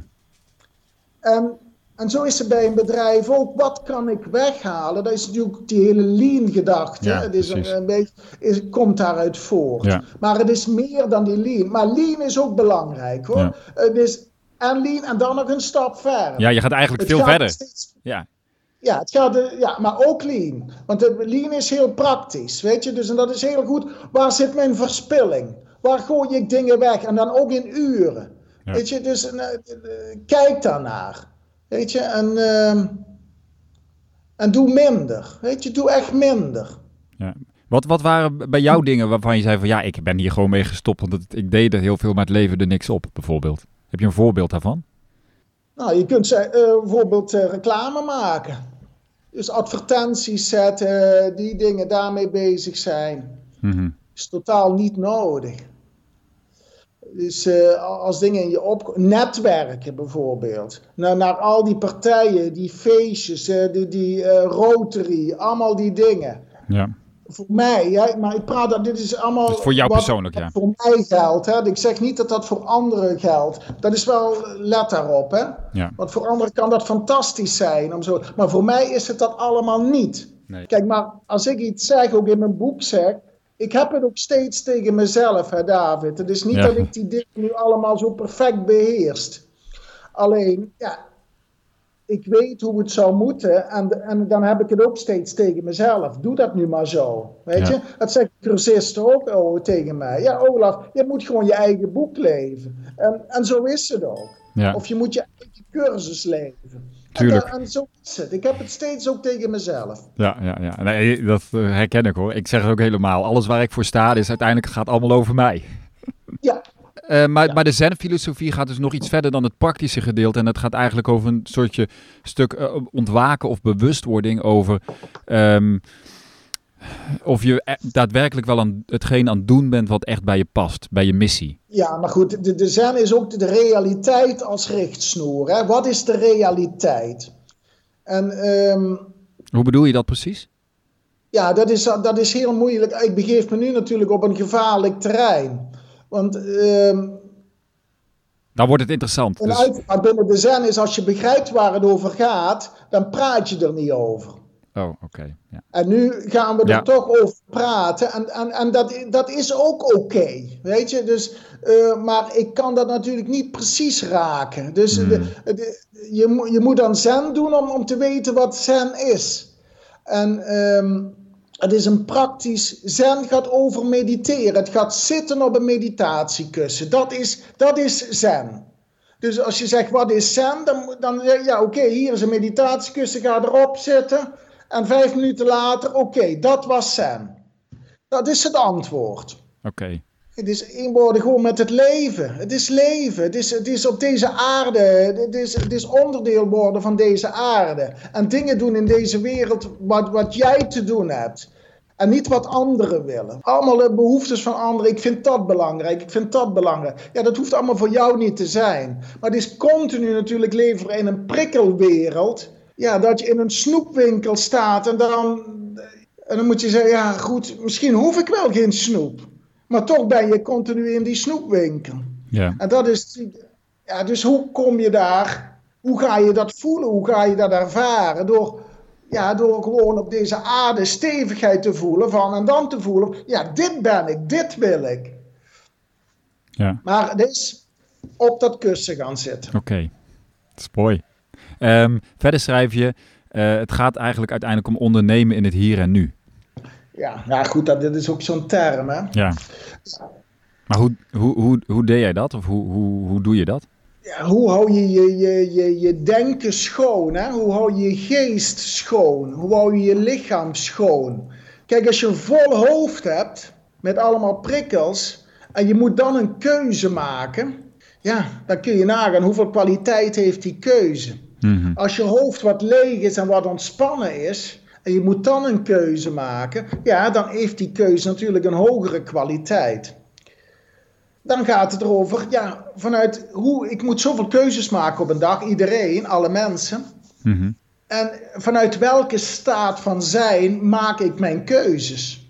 En, en zo is het bij een bedrijf ook. Wat kan ik weghalen? Dat is natuurlijk die hele lean gedachte. Ja, het is een, een beetje, is, komt daaruit voort. Ja. Maar het is meer dan die lean. Maar lean is ook belangrijk hoor. Ja. Het is en lean en dan nog een stap verder. Ja, je gaat eigenlijk het veel gaat verder. Steeds, ja. Ja, het gaat, ja, maar ook lean. Want de lean is heel praktisch, weet je. Dus en dat is heel goed. Waar zit mijn verspilling? Waar gooi ik dingen weg? En dan ook in uren. Ja. Weet je, dus uh, kijk daarnaar. Weet je, en, uh, en doe minder. Weet je, doe echt minder. Ja. Wat, wat waren bij jou dingen waarvan je zei van ja, ik ben hier gewoon mee gestopt. Want het, ik deed er heel veel, maar het leverde niks op, bijvoorbeeld. Heb je een voorbeeld daarvan? Nou, je kunt uh, bijvoorbeeld uh, reclame maken. Dus advertenties zetten, die dingen daarmee bezig zijn. Mm-hmm. Is totaal niet nodig. Dus uh, als dingen in je op... Netwerken bijvoorbeeld. Naar, naar al die partijen, die feestjes, uh, die, die uh, Rotary, allemaal die dingen. Ja. Voor mij, ja, maar ik praat dat dit is allemaal... Dus voor jou wat, persoonlijk, wat ja. voor mij geldt. Hè? Ik zeg niet dat dat voor anderen geldt. Dat is wel, let daarop. Hè? Ja. Want voor anderen kan dat fantastisch zijn. Om zo, maar voor mij is het dat allemaal niet. Nee. Kijk, maar als ik iets zeg, ook in mijn boek zeg... Ik heb het ook steeds tegen mezelf, hè, David. Het is niet ja. dat ik die dingen nu allemaal zo perfect beheerst. Alleen, ja... Ik weet hoe het zou moeten en, en dan heb ik het ook steeds tegen mezelf. Doe dat nu maar zo, weet ja. je. Dat zegt cursisten ook oh, tegen mij. Ja, Olaf, je moet gewoon je eigen boek leven. En, en zo is het ook. Ja. Of je moet je eigen cursus leven. Tuurlijk. En, en zo is het. Ik heb het steeds ook tegen mezelf. Ja, ja, ja. Nee, dat herken ik hoor. Ik zeg het ook helemaal. Alles waar ik voor sta, is uiteindelijk gaat allemaal over mij. Ja. Uh, maar, ja. maar de zen-filosofie gaat dus nog iets verder dan het praktische gedeelte. En het gaat eigenlijk over een soortje stuk uh, ontwaken of bewustwording over um, of je daadwerkelijk wel aan hetgeen aan het doen bent wat echt bij je past, bij je missie. Ja, maar goed, de, de zen is ook de realiteit als richtsnoer. Hè? Wat is de realiteit? En, um, Hoe bedoel je dat precies? Ja, dat is, dat is heel moeilijk. Ik begeef me nu natuurlijk op een gevaarlijk terrein. Want um, dan wordt het interessant. Een dus... uitspraak binnen de zen is, als je begrijpt waar het over gaat, dan praat je er niet over. Oh, oké. Okay. Ja. En nu gaan we er ja. toch over praten. En, en, en dat, dat is ook oké. Okay, weet je? Dus, uh, maar ik kan dat natuurlijk niet precies raken. Dus hmm. de, de, je, je moet dan zen doen om, om te weten wat zen is. En um, het is een praktisch... Zen gaat over mediteren. Het gaat zitten op een meditatiekussen. Dat is, dat is zen. Dus als je zegt, wat is zen? Dan, dan ja, oké, okay, hier is een meditatiekussen. Ga erop zitten. En vijf minuten later, oké, okay, dat was zen. Dat is het antwoord. Oké. Okay. Het is eenwoordig gewoon met het leven. Het is leven. Het is, het is op deze aarde. Het is, het is onderdeel worden van deze aarde. En dingen doen in deze wereld wat, wat jij te doen hebt. En niet wat anderen willen. Allemaal de behoeftes van anderen. Ik vind dat belangrijk. Ik vind dat belangrijk. Ja, dat hoeft allemaal voor jou niet te zijn. Maar het is continu natuurlijk leven in een prikkelwereld. Ja, dat je in een snoepwinkel staat en dan, en dan moet je zeggen, ja goed, misschien hoef ik wel geen snoep. Maar toch ben je continu in die snoepwinkel. Ja. En dat is, ja, dus hoe kom je daar, hoe ga je dat voelen, hoe ga je dat ervaren? Door, ja, door gewoon op deze aarde stevigheid te voelen van, en dan te voelen, ja, dit ben ik, dit wil ik. Ja. Maar het is op dat kussen gaan zitten. Oké, okay. Dat is mooi. Um, verder schrijf je, uh, het gaat eigenlijk uiteindelijk om ondernemen in het hier en nu. Ja, nou goed, dat, dit is ook zo'n term, hè. Ja. Maar hoe, hoe, hoe, hoe deed jij dat? Of hoe, hoe, hoe doe je dat? Ja, hoe hou je je, je, je je denken schoon, hè? Hoe hou je je geest schoon? Hoe hou je je lichaam schoon? Kijk, als je een vol hoofd hebt, met allemaal prikkels, en je moet dan een keuze maken, ja, dan kun je nagaan hoeveel kwaliteit heeft die keuze. Mm-hmm. Als je hoofd wat leeg is en wat ontspannen is, en je moet dan een keuze maken, ja, dan heeft die keuze natuurlijk een hogere kwaliteit. Dan gaat het erover, ja, vanuit hoe, ik moet zoveel keuzes maken op een dag, iedereen, alle mensen. Mm-hmm. En vanuit welke staat van zijn maak ik mijn keuzes?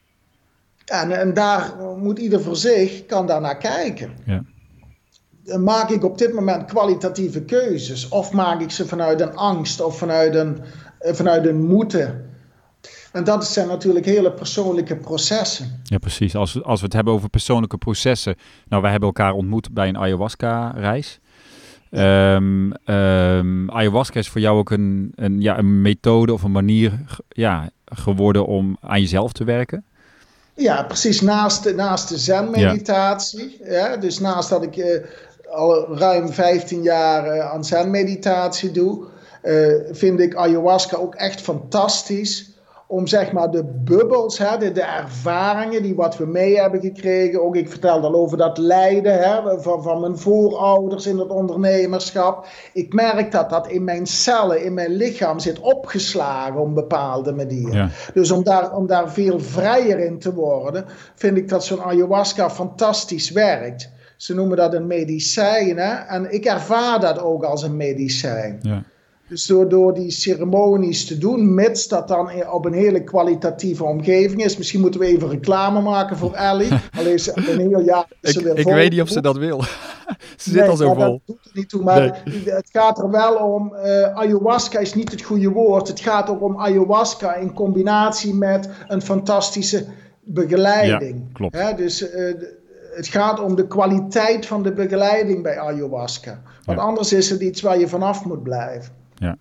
En, en daar moet ieder voor zich, kan daar naar kijken. Ja. Maak ik op dit moment kwalitatieve keuzes? Of maak ik ze vanuit een angst of vanuit een, vanuit een moeten? En dat zijn natuurlijk hele persoonlijke processen. Ja, precies. Als, als we het hebben over persoonlijke processen. Nou, wij hebben elkaar ontmoet bij een ayahuasca-reis. Ja. Um, um, ayahuasca is voor jou ook een, een, ja, een methode of een manier ja, geworden om aan jezelf te werken? Ja, precies. Naast de, naast de zen-meditatie. Ja. Ja, dus naast dat ik uh, al ruim vijftien jaar uh, aan zen-meditatie doe, uh, vind ik ayahuasca ook echt fantastisch. Om zeg maar de bubbels, hè, de, de ervaringen die wat we mee hebben gekregen. Ook ik vertelde al over dat lijden hè, van, van mijn voorouders in het ondernemerschap. Ik merk dat dat in mijn cellen, in mijn lichaam zit opgeslagen op een bepaalde manier. Ja. Dus om daar, om daar veel vrijer in te worden, vind ik dat zo'n ayahuasca fantastisch werkt. Ze noemen dat een medicijn hè, en ik ervaar dat ook als een medicijn. Ja. Dus door, door die ceremonies te doen, mits dat dan op een hele kwalitatieve omgeving is. Misschien moeten we even reclame maken voor Ellie. Alleen ze een heel jaar. Ik, ik weet niet of ze dat wil. Ze zit nee, al zo vol. Dat doet het niet toe. Maar nee. Het gaat er wel om. Uh, ayahuasca is niet het goede woord. Het gaat ook om ayahuasca in combinatie met een fantastische begeleiding. Ja, klopt. Hè? Dus uh, het gaat om de kwaliteit van de begeleiding bij ayahuasca. Want ja. anders is het iets waar je vanaf moet blijven. Ja.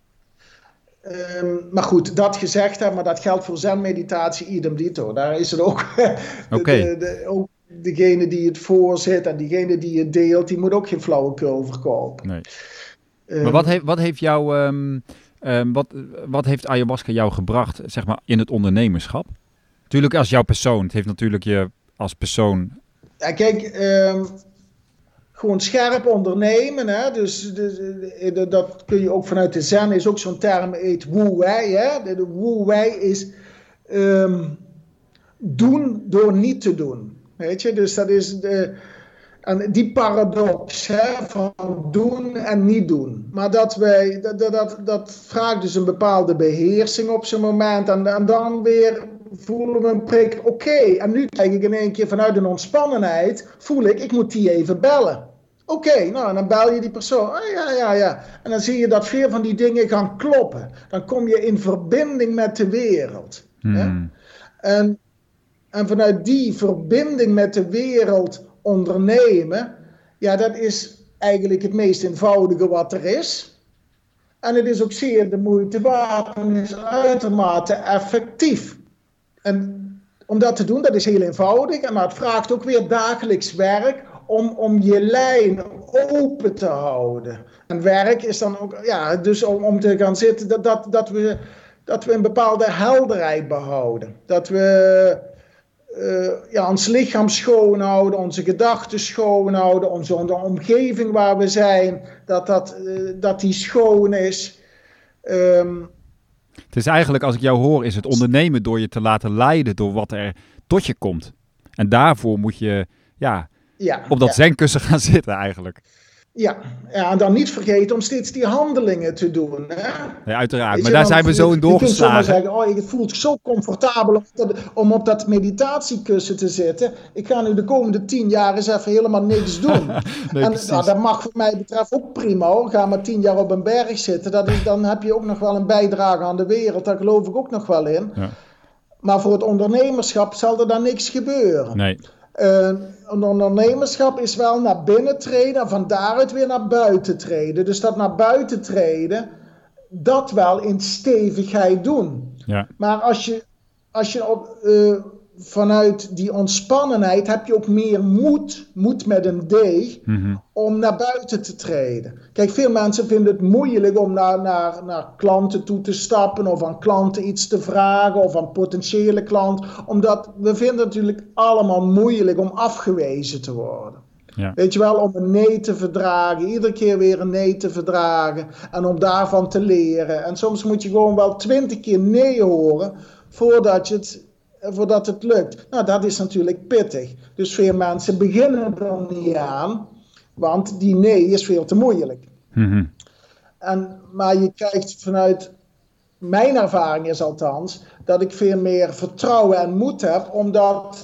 Um, maar goed, dat gezegd hè, maar dat geldt voor zen-meditatie idem dito. Daar is het ook, de, okay. de, de, ook degene die het voorzit en diegene die het deelt, die moet ook geen flauwekul verkopen. Nee. Um, maar wat heeft, wat heeft jou, um, um, wat, wat heeft ayahuasca jou gebracht, zeg maar, in het ondernemerschap? Natuurlijk als jouw persoon, het heeft natuurlijk je als persoon. Ja, kijk, um, gewoon scherp ondernemen. Hè? Dus, dus uh, dat kun je ook vanuit de Zen, is ook zo'n term, heet Wu Wei. Hè? De, de Wu Wei is um, doen door niet te doen. Weet je, dus dat is de, en die paradox, hè, van doen en niet doen. Maar dat, wij, dat, dat, dat vraagt dus een bepaalde beheersing op zo'n moment. En, en dan weer voelen we een prik, oké. Okay. En nu kijk ik in één keer vanuit een ontspannenheid, voel ik, ik moet die even bellen. Oké, okay, nou en dan bel je die persoon. Oh, ja, ja, ja. En dan zie je dat veel van die dingen gaan kloppen. Dan kom je in verbinding met de wereld. Hmm. Hè? En, en vanuit die verbinding met de wereld ondernemen, ja, dat is eigenlijk het meest eenvoudige wat er is. En het is ook zeer de moeite waard en is uitermate effectief. En om dat te doen, dat is heel eenvoudig, maar het vraagt ook weer dagelijks werk om, om je lijn open te houden. En werk is dan ook, ja, dus om, om te gaan zitten, dat, dat, dat, we, dat we een bepaalde helderheid behouden. Dat we Uh, ja, ons lichaam schoonhouden, onze gedachten schoonhouden, onze, onze omgeving waar we zijn, dat, dat, uh, dat die schoon is. Um, het is eigenlijk, als ik jou hoor, is het ondernemen door je te laten leiden door wat er tot je komt. En daarvoor moet je ja, ja, op dat ja. zenkussen gaan zitten eigenlijk. Ja, ja, en dan niet vergeten om steeds die handelingen te doen. Hè? Ja, uiteraard, maar daar zijn we zo in doorgeslagen. Je kunt zomaar zeggen, oh, het voelt zo comfortabel om op dat meditatiekussen te zitten. Ik ga nu de komende tien jaar eens even helemaal niks doen. nee, en nou, dat mag voor mij betreft ook prima hoor. Ga maar tien jaar op een berg zitten. Dat is, dan heb je ook nog wel een bijdrage aan de wereld. Daar geloof ik ook nog wel in. Ja. Maar voor het ondernemerschap zal er dan niks gebeuren. Nee. Uh, een ondernemerschap is wel naar binnen treden en van daaruit weer naar buiten treden. Dus dat naar buiten treden, dat wel in stevigheid doen. Ja. Maar als je, als je op, uh, vanuit die ontspannenheid heb je ook meer moed, moed met een D, mm-hmm. om naar buiten te treden. Kijk, veel mensen vinden het moeilijk om naar, naar, naar klanten toe te stappen of aan klanten iets te vragen of aan potentiële klanten. Omdat we vinden het natuurlijk allemaal moeilijk om afgewezen te worden. Ja. Weet je wel, om een nee te verdragen, iedere keer weer een nee te verdragen en om daarvan te leren. En soms moet je gewoon wel twintig keer nee horen voordat je het... voordat het lukt. Nou, dat is natuurlijk pittig. Dus veel mensen beginnen er niet aan, want die nee is veel te moeilijk. Mm-hmm. En, maar je krijgt vanuit, mijn ervaring is althans, dat ik veel meer vertrouwen en moed heb, omdat,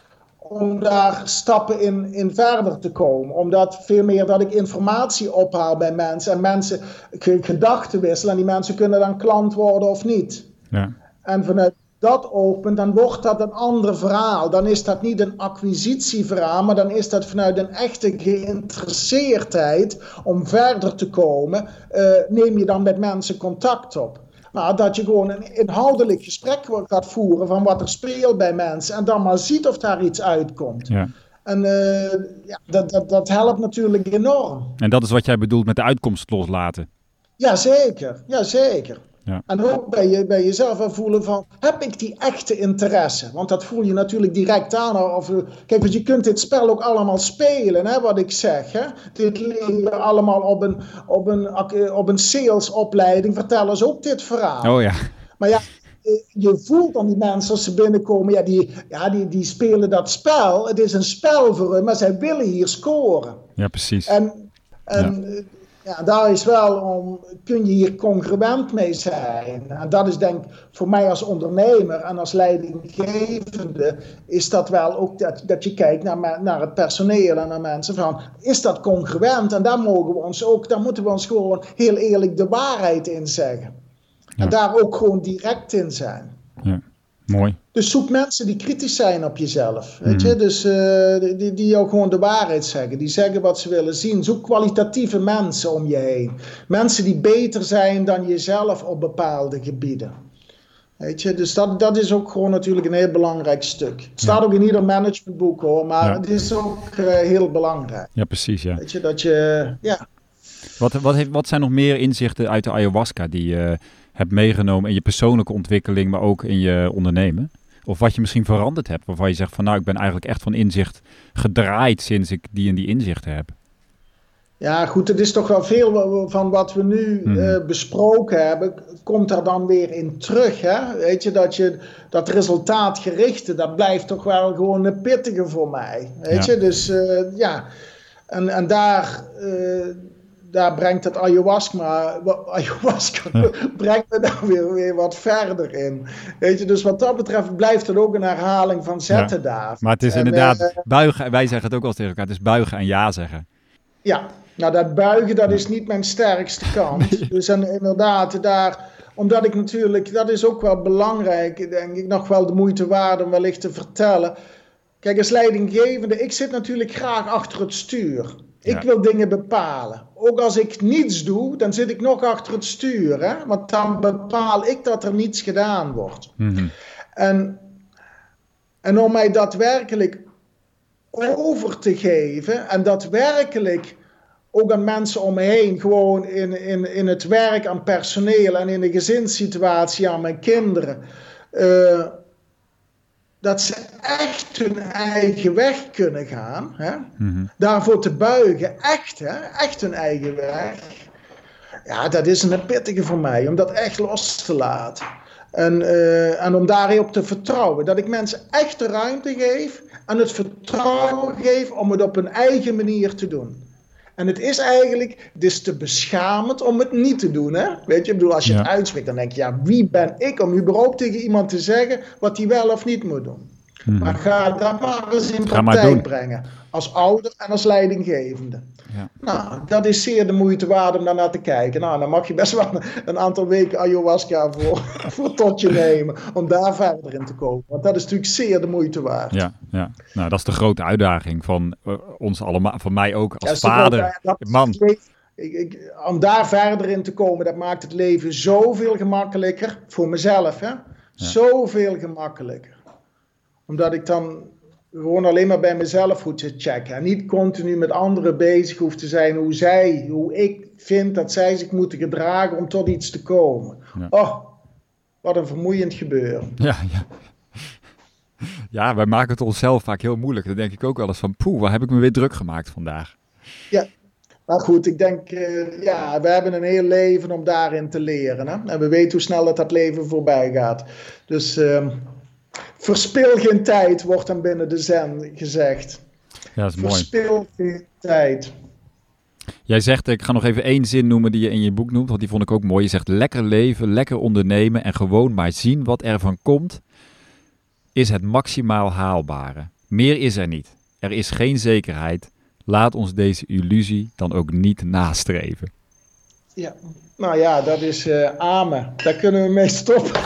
om daar stappen in, in verder te komen. Omdat veel meer dat ik informatie ophaal bij mensen en mensen gedachten wisselen en die mensen kunnen dan klant worden of niet. Ja. En vanuit dat opent, dan wordt dat een ander verhaal. Dan is dat niet een acquisitieverhaal, maar dan is dat vanuit een echte geïnteresseerdheid om verder te komen, uh, neem je dan met mensen contact op. Nou, dat je gewoon een inhoudelijk gesprek gaat voeren van wat er speelt bij mensen en dan maar ziet of daar iets uitkomt. Ja. En uh, ja, dat, dat, dat helpt natuurlijk enorm. En dat is wat jij bedoelt met de uitkomst loslaten? Jazeker, jazeker. Ja. En ook bij, je, bij jezelf wel voelen van, heb ik die echte interesse? Want dat voel je natuurlijk direct aan. Of, kijk, want je kunt dit spel ook allemaal spelen, hè, wat ik zeg. Hè? Dit leren allemaal op een, op een, op een salesopleiding. Vertellen ze ook dit verhaal. Oh ja. Maar ja, je voelt dan die mensen als ze binnenkomen, ja, die, ja, die, die spelen dat spel. Het is een spel voor hen, maar zij willen hier scoren. Ja, precies. En... en ja. Ja, daar is wel om, kun je hier congruent mee zijn. En dat is denk ik voor mij als ondernemer en als leidinggevende, is dat wel ook dat, dat je kijkt naar, naar het personeel en naar mensen van, is dat congruent? En daar mogen we ons ook, daar moeten we ons gewoon heel eerlijk de waarheid in zeggen. Ja. En daar ook gewoon direct in zijn. Ja, mooi. Dus zoek mensen die kritisch zijn op jezelf. Weet je? Dus uh, die, die jou gewoon de waarheid zeggen. Die zeggen wat ze willen zien. Zoek kwalitatieve mensen om je heen. Mensen die beter zijn dan jezelf op bepaalde gebieden. Weet je? Dus dat, dat is ook gewoon natuurlijk een heel belangrijk stuk. Het staat ja. ook in ieder managementboek hoor. Maar ja. het is ook uh, heel belangrijk. Ja, precies. Ja. Weet je, dat je... Ja. Wat, wat, heeft, wat zijn nog meer inzichten uit de ayahuasca die je hebt meegenomen in je persoonlijke ontwikkeling, maar ook in je ondernemen? Of wat je misschien veranderd hebt, waarvan je zegt van nou, ik ben eigenlijk echt van inzicht gedraaid sinds ik die en die inzichten heb. Ja, goed, het is toch wel veel van wat we nu mm. uh, besproken hebben, komt er dan weer in terug. Hè? Weet je, dat je dat resultaatgerichte, dat blijft toch wel gewoon een pittige voor mij. Weet ja. je, dus uh, ja, en, en daar, uh, daar brengt het ayahuasca, ayahuasca ja. brengt me daar weer, weer wat verder in. Weet je, dus wat dat betreft blijft het ook een herhaling van zetten ja. daar. Maar het is en, inderdaad uh, buigen, wij zeggen het ook wel tegen elkaar, het is buigen en ja zeggen. Ja. Nou, dat buigen, dat is niet mijn sterkste kant. Nee. Dus en, inderdaad, daar, omdat ik natuurlijk, dat is ook wel belangrijk, denk ik, nog wel de moeite waard om wellicht te vertellen. Kijk, als leidinggevende, ik zit natuurlijk graag achter het stuur. Ik ja. wil dingen bepalen. Ook als ik niets doe, dan zit ik nog achter het stuur. Hè? Want dan bepaal ik dat er niets gedaan wordt. Mm-hmm. En, en om mij daadwerkelijk over te geven en daadwerkelijk ook aan mensen om me heen, gewoon in, in, in het werk, aan personeel en in de gezinssituatie aan mijn kinderen. Uh, dat ze echt hun eigen weg kunnen gaan. Hè? Mm-hmm. Daarvoor te buigen, echt, hè? Echt hun eigen weg. Ja, dat is een pittige voor mij, om dat echt los te laten. En, uh, en om daarop te vertrouwen. Dat ik mensen echt de ruimte geef en het vertrouwen geef om het op hun eigen manier te doen. En het is eigenlijk, het is te beschamend om het niet te doen. Hè? Weet je, ik bedoel, als je ja. het uitspreekt, dan denk je, ja, wie ben ik om überhaupt tegen iemand te zeggen wat hij wel of niet moet doen. Hmm. Maar ga dat maar eens in praktijk brengen. Als ouder en als leidinggevende. Ja. Nou, dat is zeer de moeite waard om daar naar te kijken. Nou, dan mag je best wel een aantal weken ayahuasca voor, voor tot je nemen. Om daar verder in te komen. Want dat is natuurlijk zeer de moeite waard. Ja, ja. Nou, dat is de grote uitdaging van uh, ons allemaal. Van mij ook als ja, vader. Ook, ja, man. Ik, ik, om daar verder in te komen, dat maakt het leven zoveel gemakkelijker. Voor mezelf, hè. Ja. Zoveel gemakkelijker. Omdat ik dan gewoon alleen maar bij mezelf goed te checken. En niet continu met anderen bezig hoef te zijn hoe zij, hoe ik vind dat zij zich moeten gedragen om tot iets te komen. Ja. Oh, wat een vermoeiend gebeuren. Ja, ja. Ja, wij maken het onszelf vaak heel moeilijk. Dan denk ik ook wel eens van, poeh, waar heb ik me weer druk gemaakt vandaag? Ja, maar goed, ik denk, uh, ja, we hebben een heel leven om daarin te leren. Hè? En we weten hoe snel dat, dat leven voorbij gaat. Dus Uh, verspil geen tijd, wordt dan binnen de zen gezegd. Ja, dat is mooi. Verspil geen tijd. Jij zegt, ik ga nog even één zin noemen die je in je boek noemt, want die vond ik ook mooi. Je zegt, lekker leven, lekker ondernemen en gewoon maar zien wat er van komt, is het maximaal haalbare. Meer is er niet. Er is geen zekerheid. Laat ons deze illusie dan ook niet nastreven. Ja, nou ja, dat is uh, amen. Daar kunnen we mee stoppen.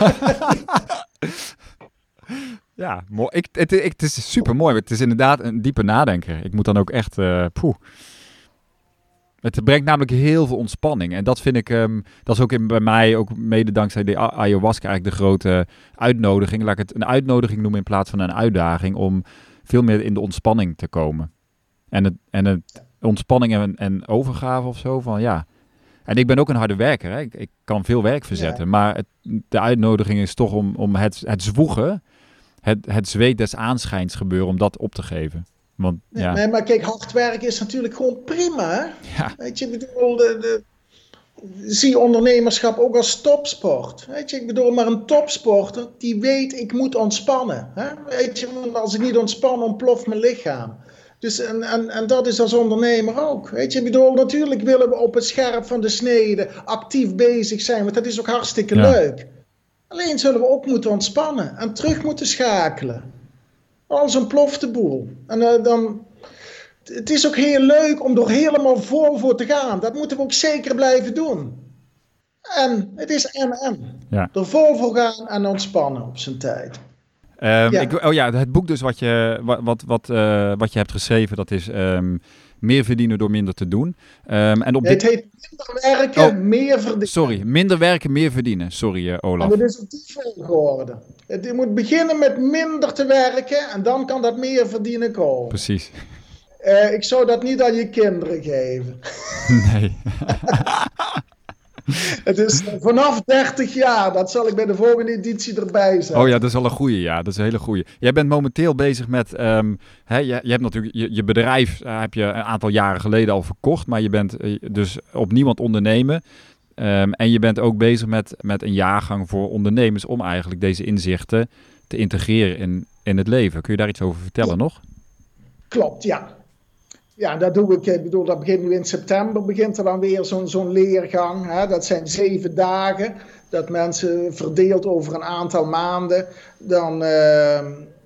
Ja, mooi. Ik, het, ik, het is super mooi. Het is inderdaad een diepe nadenker. Ik moet dan ook echt, uh, poeh. Het brengt namelijk heel veel ontspanning. En dat vind ik, um, dat is ook in, bij mij, ook mede dankzij de ayahuasca eigenlijk de grote uitnodiging. Laat ik het een uitnodiging noemen in plaats van een uitdaging om veel meer in de ontspanning te komen. En het, en het ontspanning en, en overgave of zo van ja. En ik ben ook een harde werker. Hè? Ik, ik kan veel werk verzetten. Ja. Maar het, de uitnodiging is toch om, om het, het zwoegen, het, het zweet des aanschijns gebeuren, om dat op te geven. Want, nee, ja. nee, maar kijk, hard werken is natuurlijk gewoon prima. Hè? Ja. Weet je, ik bedoel, de, de, zie ondernemerschap ook als topsport. Weet je, ik bedoel, maar een topsporter die weet, ik moet ontspannen. Hè? Weet je, want als ik niet ontspan, ontploft mijn lichaam. Dus en, en, en dat is als ondernemer ook. Weet je, ik bedoel, natuurlijk willen we op het scherp van de snede actief bezig zijn, want dat is ook hartstikke ja. leuk. Alleen zullen we ook moeten ontspannen en terug moeten schakelen. Als een plofte boel. En uh, dan, het is ook heel leuk om er helemaal vol voor te gaan. Dat moeten we ook zeker blijven doen. En het is en en. Ja. Er vol voor gaan en ontspannen op zijn tijd. Um, ja. Ik, oh ja, het boek dus wat je, wat, wat, wat, uh, wat je hebt geschreven, dat is um, meer verdienen door minder te doen. Um, en op nee, dit... Het heet minder werken, oh, meer verdienen. Sorry, minder werken, meer verdienen. Sorry uh, Olaf. En het is op die volgorde. Je moet beginnen met minder te werken en dan kan dat meer verdienen komen. Precies. Uh, ik zou dat niet aan je kinderen geven. Nee. Het is vanaf dertig jaar. Dat zal ik bij de volgende editie erbij zetten. Oh ja, dat is al een goeie. Ja, dat is een hele goeie. Jij bent momenteel bezig met... Um, hè, je, je hebt natuurlijk je, je bedrijf uh, heb je een aantal jaren geleden al verkocht. Maar je bent uh, dus opnieuw aan het ondernemen. Um, en je bent ook bezig met, met een jaargang voor ondernemers... om eigenlijk deze inzichten te integreren in, in het leven. Kun je daar iets over vertellen ja. nog? Klopt, ja. Ja, dat doe ik. Ik bedoel, dat begint nu in september, begint er dan weer zo'n zo'n leergang. Hè? Dat zijn zeven dagen, dat mensen verdeeld over een aantal maanden. Dan, uh,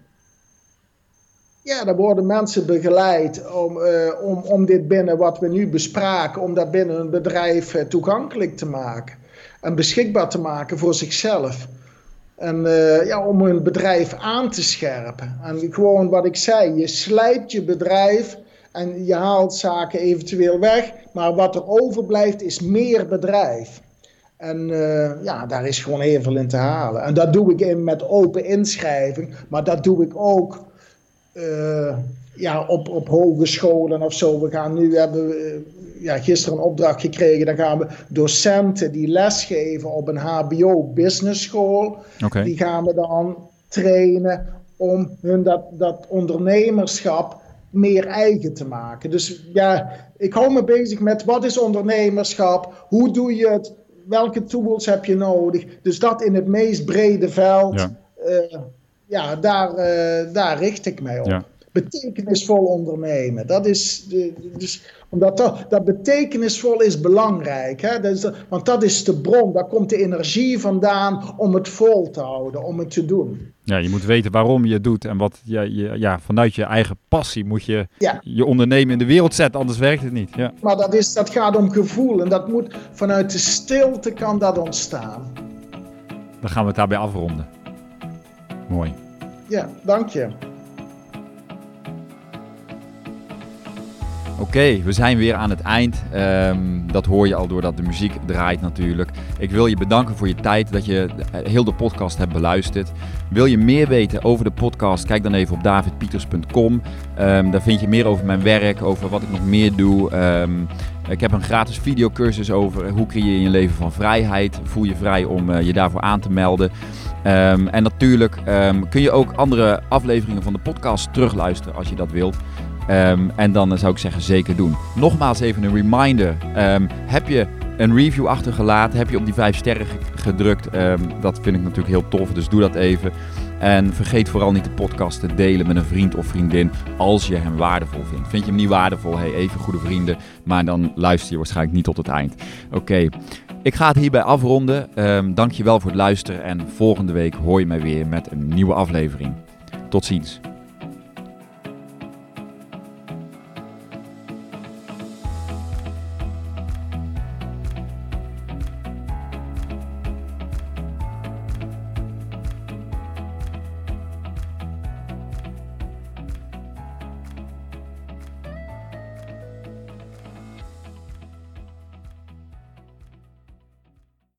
ja, dan worden mensen begeleid om, uh, om, om dit binnen wat we nu bespraken, om dat binnen een bedrijf uh, toegankelijk te maken. En beschikbaar te maken voor zichzelf. En uh, ja, om hun bedrijf aan te scherpen. En gewoon wat ik zei, je slijpt je bedrijf... En je haalt zaken eventueel weg, maar wat er overblijft is meer bedrijf. En uh, ja, daar is gewoon heel veel in te halen. En dat doe ik in met open inschrijving, maar dat doe ik ook uh, ja, op, op hogescholen of zo. We gaan nu, hebben we uh, ja, gisteren een opdracht gekregen, dan gaan we docenten die lesgeven op een H B O business school, okay. die gaan we dan trainen om hun dat, dat ondernemerschap meer eigen te maken. Dus ja, ik hou me bezig met wat is ondernemerschap, hoe doe je het, welke tools heb je nodig. Dus dat in het meest brede veld, ja, uh, ja daar, uh, daar richt ik mij op. Ja. Betekenisvol ondernemen, dat is, de, dus, omdat dat, dat betekenisvol is belangrijk. Hè? Dat is de, want dat is de bron, daar komt de energie vandaan om het vol te houden, om het te doen. Ja, je moet weten waarom je het doet en wat ja, je, ja, vanuit je eigen passie moet je ja. je ondernemen in de wereld zetten, anders werkt het niet. Ja. Maar dat, is, dat gaat om gevoel en dat moet vanuit de stilte kan dat ontstaan. Dan gaan we het daarbij afronden. Mooi. Ja, dank je. Oké, okay, we zijn weer aan het eind. Um, dat hoor je al doordat de muziek draait natuurlijk. Ik wil je bedanken voor je tijd, dat je heel de podcast hebt beluisterd. Wil je meer weten over de podcast? Kijk dan even op david pieters punt com. Um, daar vind je meer over mijn werk, over wat ik nog meer doe. Um, ik heb een gratis videocursus over hoe creëer je een leven van vrijheid. Voel je vrij om uh, je daarvoor aan te melden. Um, en natuurlijk um, kun je ook andere afleveringen van de podcast terugluisteren als je dat wilt. Um, en dan zou ik zeggen zeker doen. Nogmaals even een reminder. Um, heb je een review achtergelaten? Heb je op die vijf sterren gedrukt? Um, dat vind ik natuurlijk heel tof, dus doe dat even. En vergeet vooral niet de podcast te delen met een vriend of vriendin als je hem waardevol vindt. Vind je hem niet waardevol? Hey, even goede vrienden. Maar dan luister je waarschijnlijk niet tot het eind. Oké, okay. Ik ga het hierbij afronden. Um, Dank je wel voor het luisteren. En volgende week hoor je mij weer met een nieuwe aflevering. Tot ziens.